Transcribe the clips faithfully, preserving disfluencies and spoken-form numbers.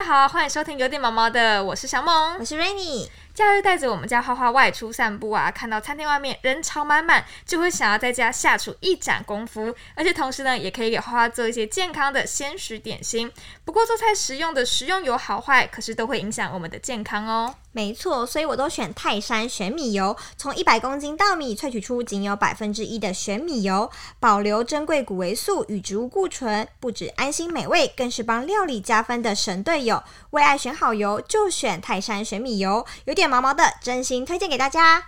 好，欢迎收听有点毛毛的，我是小梦， 我是 Rainy。 假日带着我们家花花外出散步啊，看到餐厅外面人潮满满，就会想要在家下厨一展功夫，而且同时呢，也可以给花花做一些健康的鲜食点心。不过做菜时用的食用油好坏，可是都会影响我们的健康哦。 没错，所以我都选泰山玄米油，从一百公斤稻米萃取出仅有百分之一的玄米油，保留珍贵谷维素与植物固醇，不止安心美味，更是帮料理加分的神队友。为爱选好油，就选泰山玄米油，有点毛毛的，真心推荐给大家。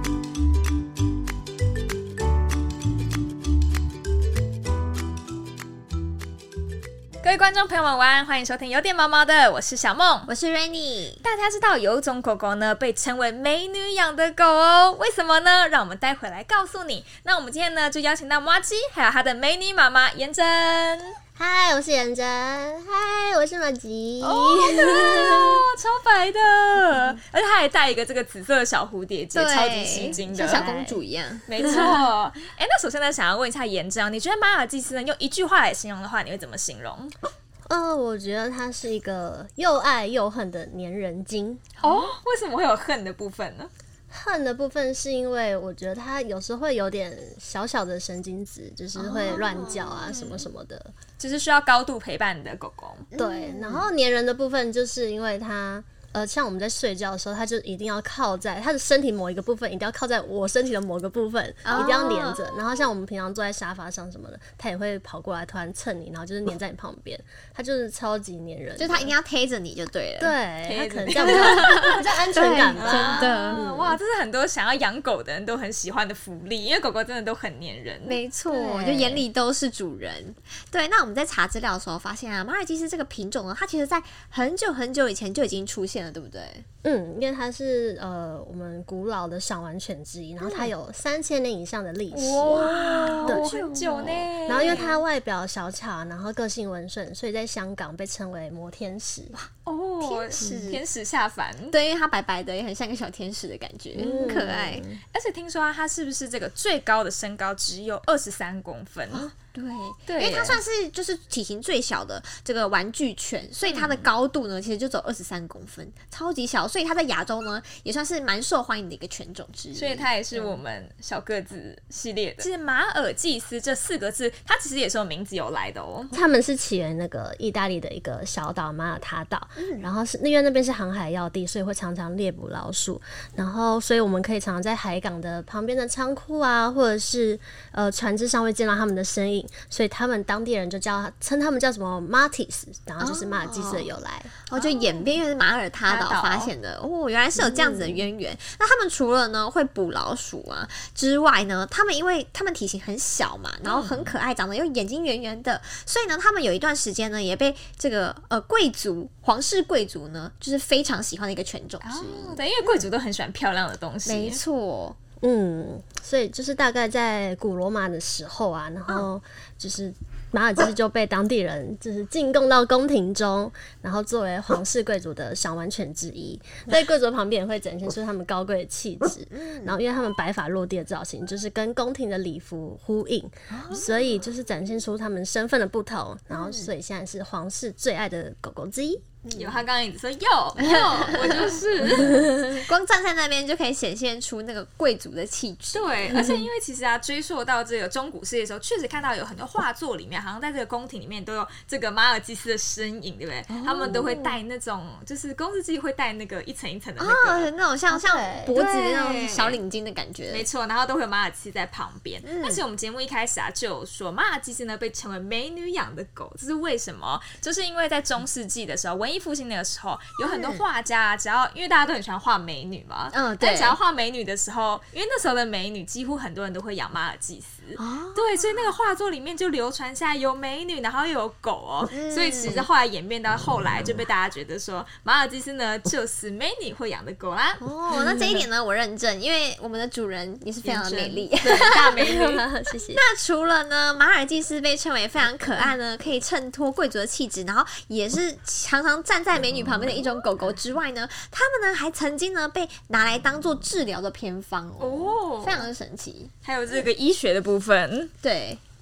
各位观众朋友们晚安，欢迎收听有点毛毛的，我是小梦， 我是 Rainy。 大家知道有一种狗狗呢被称为美女养的狗哦，为什么呢？让我们待会来告诉你。那我们今天呢就邀请到麻吉还有她的美女妈妈妍珍。 嗨，我是妍珍。嗨，我是麻吉。 哦，好可爱哦，超白的，而且她还戴一个这个紫色的小蝴蝶结，超级吸睛的， 像小公主一样。 没错。哎，那首先呢，想要问一下妍珍，你觉得马尔济斯呢用一句话来形容的话，你会怎么形容？ 呃，我觉得它是一个又爱又恨的粘人精。 哦，为什么会有恨的部分呢？ 恨的部分是因为我觉得它有时候会有点小小的神经质，就是会乱叫啊、哦、什么什么的， 就是需要高度陪伴的狗狗。 对，然后粘人的部分就是因为它呃，像我们在睡觉的时候，它就一定要靠在它的身体某一个部分，一定要靠在我身体的某个部分，一定要黏着。然后像我们平常坐在沙发上什么的，它也会跑过来突然蹭你，然后就是黏在你旁边。它就是超级黏人， 就是它一定要贴着你就对了。 对，它可能这样比较比较安全感吧。 真的、嗯，哇，这是很多想要养狗的人都很喜欢的福利，因为狗狗真的都很黏人。 没错，就眼里都是主人。对，那我们在查资料的时候发现啊，马尔济斯这个品种呢，它其实在很久很久以前就已经出现了，对不对？ 嗯，因为它是呃我们古老的赏玩犬之一，然后它有三千年以上的历史， 哇， 对， 很久呢。 然后因为它外表小巧，然后个性温顺，所以在香港被称为魔天使。 哦，天使，天使下凡。 对，因为它白白的，也很像个小天使的感觉，很、嗯、可爱。 而且听说啊，它是不是这个最高的身高只有二十三公分？ 哦对， 对， 因为它算是就是体型最小的这个玩具犬，所以它的高度呢，其实就只有二十三公分，超级小，所以它在亚洲呢也算是蛮受欢迎的一个犬种之一。 所以它也是我们小个子系列的。其实马尔济斯这四个字，它其实也是有名字由来的哦。 他们是起源那个意大利的一个小岛马耳他岛，嗯、然后是因为那边是航海要地，所以会常常猎捕老鼠，然后所以我们可以常常在海港的旁边的仓库啊，或者是呃船只上会见到他们的身影。所以他们当地人就叫称他们叫什么 Martis， 然后就是马尔济斯的由来， 然后、哦、就演变，因为是马耳他岛发现的哦，原来是有这样子的渊源。嗯、那他们除了呢会捕老鼠啊之外呢，他们因为他们体型很小嘛，然后很可爱，长得又眼睛圆圆的，所以呢，他们有一段时间呢也被这个呃贵族皇室贵族呢就是非常喜欢的一个犬种之一。 哦，对，因为贵族都很喜欢漂亮的东西。 没错。 嗯，所以就是大概在古罗马的时候啊，然后就是马尔济斯就被当地人就是进贡到宫廷中，然后作为皇室贵族的赏玩犬之一，在贵族旁边也会展现出他们高贵的气质。然后因为他们白发落地的造型就是跟宫廷的礼服呼应，所以就是展现出他们身份的不同，然后所以现在是皇室最爱的狗狗之一。 有，他刚刚一直说有有，我就是光站在那边就可以显现出那个贵族的气质。 对，而且因为其实啊，追溯到这个中古世纪的时候，确实看到有很多画作里面，好像在这个宫廷里面都有这个马尔济斯的身影，对不对？哦、他们都会戴那种，就是中世纪会戴那个一层一层的那个， 哦、那种像像脖子那种小领巾的感觉。 没错，然后都会有马尔济斯在旁边。嗯、但是我们节目一开始啊就有说，马尔济斯呢被称为美女养的狗，这是为什么？就是因为在中世纪的时候，文艺复兴那个时候，有很多画家啊，只要因为大家都很喜欢画美女嘛，嗯，对，只要画美女的时候，因为那时候的美女几乎很多人都会养马尔济斯，哦、对，所以那个画作里面就流传下来有美女，然后又有狗哦，嗯、所以其实后来演变到后来就被大家觉得说马尔济斯呢就是美女会养的狗啦。 哦，那这一点呢我认证，因为我们的主人也是非常的美丽， 对，大美女， 谢谢。 那除了呢马尔济斯被称为非常可爱呢，可以衬托贵族的气质，然后也是常常站在美女旁边的一种狗狗之外呢，他们呢还曾经呢被拿来当做治疗的偏方 哦, 哦，非常的神奇。 还有这个医学的部分， 对。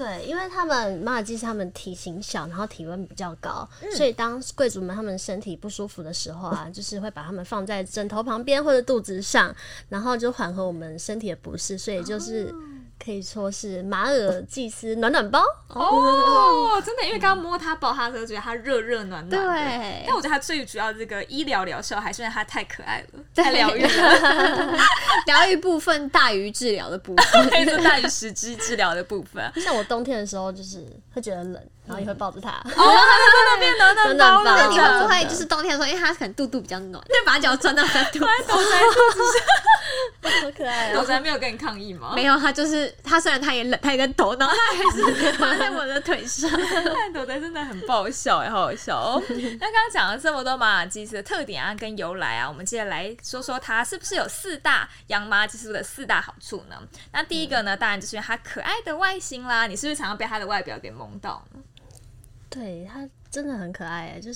对，因为他们马尔济斯他们体型小，然后体温比较高，嗯、所以当贵族们他们身体不舒服的时候啊，就是会把他们放在枕头旁边或者肚子上，然后就缓和我们身体的不适，所以就是可以说是马尔济斯暖暖包哦，真的，因为刚刚摸它抱它的时候，觉得它热热暖暖的。 对， 但我觉得它最主要的这个医疗疗效还是因为它太可爱了，太疗愈了， 疗愈部分大于治疗的部分， 对，就大于实质治疗的部分。 像我冬天的时候，就是会觉得冷，然后也会抱着它。哦， 它真的变暖暖包了。 那你会不会就是冬天的时候，因为它可能肚肚比较暖，就把脚钻到它肚子， 躲在肚子上，好可爱哦！ 躲在没有跟你抗议吗？ 没有，它就是它虽然它也冷，它也在抖，然后它还是放在我的腿上。 看抖的真的很爆笑哎，好好笑哦。那刚刚讲了这么多马尔济斯的特点啊跟由来啊，我们接着来说说它是不是有四大养马尔济斯的四大好处呢？那第一个呢，当然就是因为它可爱的外形啦。你是不是常常被它的外表给萌到呢？ 对，它真的很可爱，就是。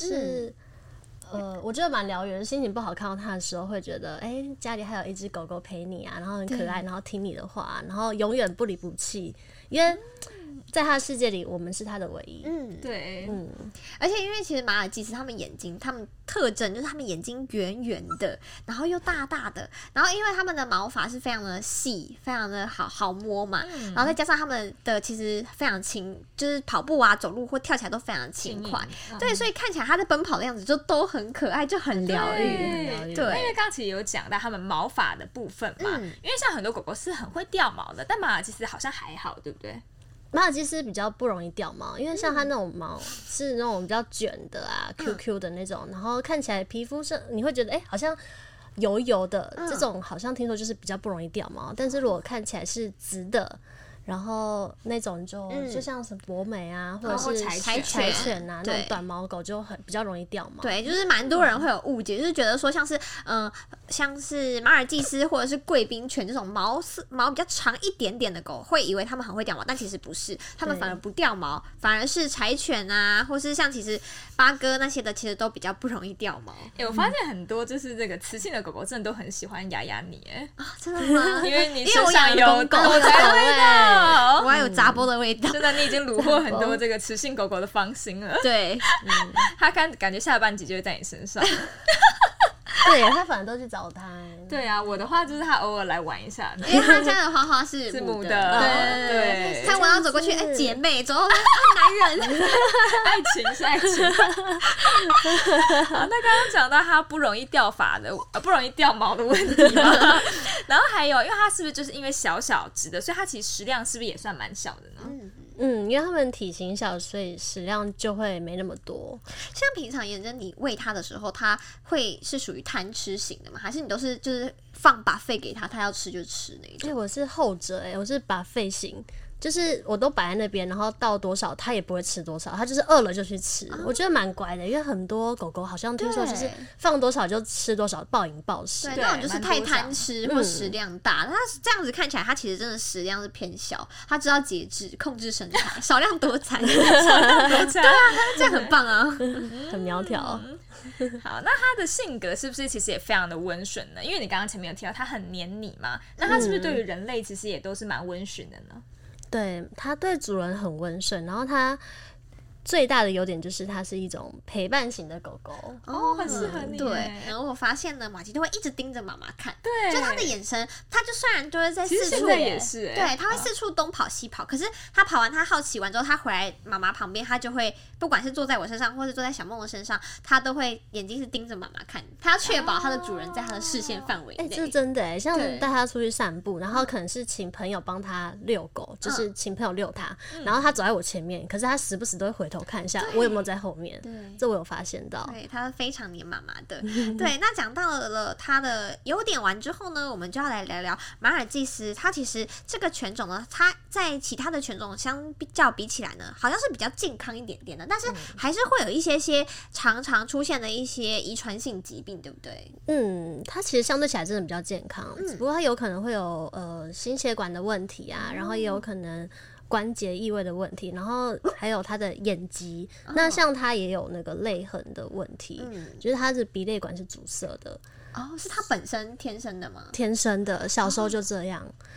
嗯呃，我觉得蛮疗愈的。心情不好看到它的时候，会觉得，哎、欸，家里还有一只狗狗陪你啊，然后很可爱，然后听你的话，然后永远不离不弃。因为在它的世界里，我们是它的唯一。 嗯， 对， 嗯。而且因为其实马尔济斯他们眼睛，他们特征就是他们眼睛圆圆的，然后又大大的，然后因为他们的毛发是非常的细，非常的好好摸嘛，嗯、然后再加上他们的其实非常轻，就是跑步啊、走路或跳起来都非常轻快，嗯、对，所以看起来他在奔跑的样子就都很可爱，就很疗愈。对， 因为刚刚其实有讲到他们毛发的部分嘛，嗯、因为像很多狗狗是很会掉毛的，但马尔济斯好像还好，对不对？ 马尔济斯比较不容易掉毛，因为像它那种毛是那种比较卷的啊、嗯、Q Q 的那种，然后看起来皮肤是你会觉得哎、欸、好像油油的，嗯、这种好像听说就是比较不容易掉毛，但是如果看起来是直的。然后那种就、嗯、就像是博美啊，或者是柴柴犬啊，那种短毛狗就很比较容易掉毛。 对，就是蛮多人会有误解，嗯、就是觉得说像是嗯、呃、像是马尔济斯或者是贵宾犬这种毛毛比较长一点点的狗，会以为它们很会掉毛，但其实不是，它们反而不掉毛，反而是柴犬啊，或是像其实八哥那些的，其实都比较不容易掉毛。 哎、欸，我发现很多就是这个雌性的狗狗真的都很喜欢压压你，哎啊，真的吗？ 因为你身上有狗狗的味道。 我还有杂波的味道， 真的，你已经虏获很多这个雌性狗狗的芳心了。 对， 嗯，它感感觉下半集就会在你身上。 对，他反正都去找他。 对啊，我的话就是他偶尔来玩一下， 因为他家的花花是母的， 对对。 他闻到走过去，哎，姐妹，走，男人， 爱情是爱情。好，那刚刚讲到他不容易掉发的，呃，不容易掉毛的问题嘛。然后还有，因为他是不是就是因为小小只的，所以他其实食量是不是也算蛮小的呢？ 嗯。嗯，因为他们体型小，所以食量就会没那么多。 像平常妍珍你喂它的时候，它会是属于贪吃型的吗？还是你都是就是放buffet给它，它要吃就吃那一种？ 哎、欸，我是后者、欸，哎，我是buffet型。就是我都摆在那边，然后到多少它也不会吃多少，它就是饿了就去吃。啊、我觉得蛮乖的，因为很多狗狗好像听说就是放多少就吃多少，暴饮暴食。 对，那种就是太贪吃或食量大。它、嗯、这样子看起来，它其实真的食量是偏小，它知道节制，控制身材，少量多餐，少量多餐。对啊，这样很棒啊， 很苗条。 嗯、好，那它的性格是不是其实也非常的温顺呢？因为你刚刚前面有提到它很黏你嘛，那它是不是对于人类其实也都是蛮温驯的呢？ 对，它对主人很温顺，然后它最大的优点就是它是一种陪伴型的狗狗哦，很适合你。 对，然后我发现呢，马吉都会一直盯着妈妈看， 对， 就它的眼神，它就虽然就是在四处， 也是， 对，它会四处东跑西跑，哦、可是它跑完，它好奇完之后，它回来妈妈旁边，它就会不管是坐在我身上，或是坐在小梦的身上，它都会眼睛是盯着妈妈看，它要确保它的主人在它的视线范围内。 哎、欸，这是真的哎，像带它出去散步，然后可能是请朋友帮它遛狗，就是请朋友遛它，嗯、然后它走在我前面，可是它时不时都会回头看一下我有没有在后面。对，这我有发现到。 对，它非常黏妈妈的。对，那讲到了它的优点完之后呢，我们就要来聊聊马尔济斯。它其实这个犬种呢，它在其他的犬种相较比起来呢，好像是比较健康一点点的，但是还是会有一些些常常出现的一些遗传性疾病，对不对？ 嗯，它其实相对起来真的比较健康，嗯、只不过它有可能会有呃心血管的问题啊，嗯、然后也有可能关节异位的问题，然后还有它的眼疾。哦、那像它也有那个泪痕的问题，嗯、就是它的鼻泪管是阻塞的。 哦，是它本身天生的吗？ 天生的，小时候就这样。哦、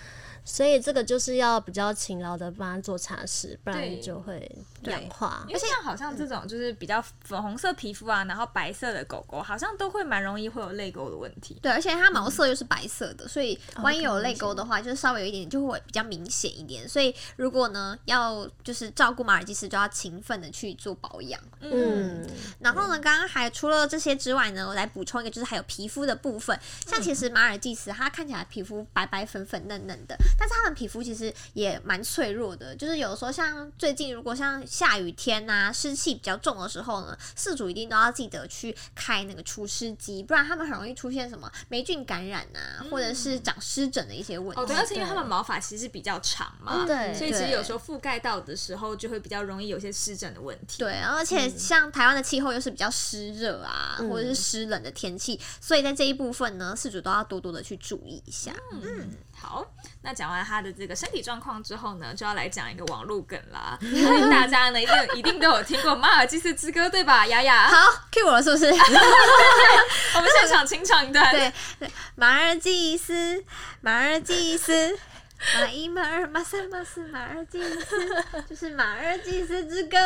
所以这个就是要比较勤劳的帮它做擦拭，不然就会氧化。 因为像好像这种就是比较粉红色皮肤啊，然后白色的狗狗，好像都会蛮容易会有泪沟的问题。 对，而且它毛色又是白色的，所以万一有泪沟的话，就是稍微有一点就会比较明显一点。所以如果呢要就是照顾马尔济斯，就要勤奋的去做保养。嗯，然后呢，刚刚还除了这些之外呢，我来补充一个，就是还有皮肤的部分。像其实马尔济斯它看起来皮肤白白粉粉嫩嫩的，但是它们皮肤其实也蛮脆弱的。就是有时候像最近如果像下雨天啊，湿气比较重的时候呢，饲主一定都要记得去开那个除湿机，不然它们很容易出现什么霉菌感染啊，或者是长湿疹的一些问题。 哦，对，而且因为它们毛发其实比较长嘛， 对， 所以其实有时候覆盖到的时候就会比较容易有些湿疹的问题。 对，而且像台湾的气候又是比较湿热啊，嗯、或者是湿冷的天气，所以在这一部分呢，饲主都要多多的去注意一下。 嗯，嗯好，那讲完他的这个身体状况之后呢，就要来讲一个网路梗啦。相信大家呢一定一定都有听过《马尔济斯之歌》，对吧？雅雅， 好 ，cue 我了是不是？ 我们现场清唱一段。 对对，马尔济斯，马尔济斯。马伊马尔马塞马斯马尔济斯，就是马尔济斯之歌。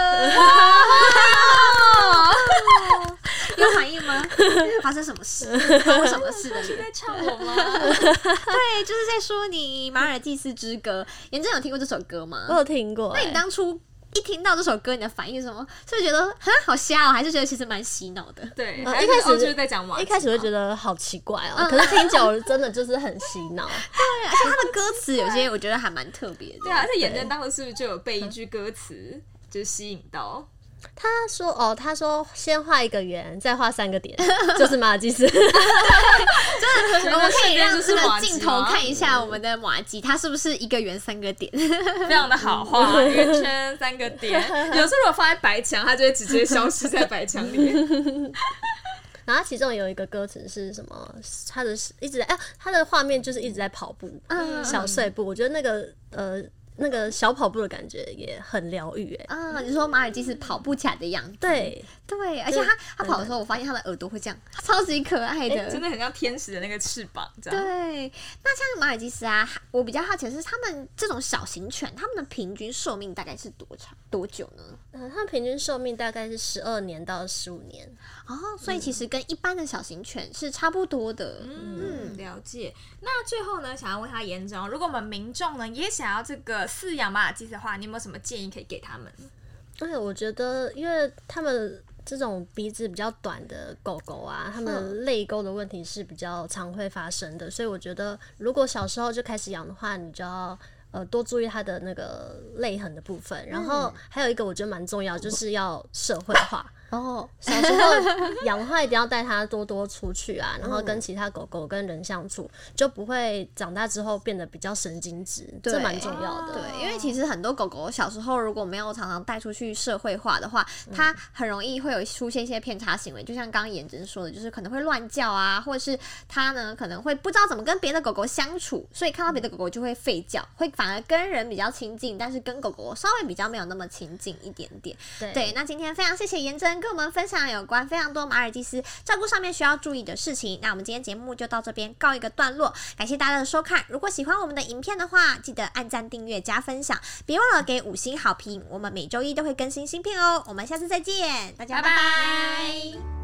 有反应吗？发生什么事？发生什么事的？ 是在唱我吗？ 对，就是在说你马尔济斯之歌。妍真有听过这首歌吗？ 我有听过、 欸。那你当初一听到这首歌，你的反应是什么？是不是觉得很好瞎哦，还是觉得其实蛮洗脑的？ 对， 呃、一开始就是在讲马， 一开始会觉得好奇怪哦，嗯、可是听久了真的就是很洗脑。 对，而且他的歌词有些我觉得还蛮特别的。 对啊，而且妍真当时是不是就有被一句歌词就是吸引到？ 他说：“哦，他说先画一个圆，再画三个点，就是马尔济斯。”真的，我们可以让这个镜头看一下我们的马吉，它是不是一个圆三个点？ 非常的好画，一个圈三个点。有时候如果放在白墙，它就会直接消失在白墙里面。 然后其中有一个歌词是什么？他的一直在哎，他的画面就是一直在跑步，嗯、小碎步。我觉得那个呃。那个小跑步的感觉也很疗愈哎啊！你说马尔济斯跑步起来的样子， 对对，而且他他跑的时候，我发现他的耳朵会这样，超级可爱的， 欸、真的很像天使的那个翅膀这样。 对，那像马尔济斯啊，我比较好奇的是，他们这种小型犬，他们的平均寿命大概是多长多久呢？ 嗯，他们平均寿命大概是十二年到十五年哦，所以其实跟一般的小型犬是差不多的。 嗯，嗯了解。那最后呢，想要问他严总，如果我们民众呢也想要这个饲养马尔济斯的话，你有没有什么建议可以给他们？ 而且我觉得，因为他们这种鼻子比较短的狗狗啊，他们泪沟的问题是比较常会发生的，所以我觉得如果小时候就开始养的话，你就要呃多注意它的那个泪痕的部分。然后还有一个我觉得蛮重要，就是要社会化。哦，小时候养的话，一定要带它多多出去啊，然后跟其他狗狗跟人相处，就不会长大之后变得比较神经质，这蛮重要的。 对，因为其实很多狗狗小时候如果没有常常带出去社会化的话，它很容易会有出现一些偏差行为，就像刚刚妍真说的，就是可能会乱叫啊，或者是它呢可能会不知道怎么跟别的狗狗相处，所以看到别的狗狗就会吠叫，会反而跟人比较亲近，但是跟狗狗稍微比较没有那么亲近一点点。对，对，那今天非常谢谢妍真跟我们分享有关非常多马尔济斯照顾上面需要注意的事情。那我们今天节目就到这边告一个段落，感谢大家的收看。如果喜欢我们的影片的话，记得按赞、订阅、加分享，别忘了给五星好评。我们每周一都会更新新片哦。我们下次再见，大家拜拜。拜拜。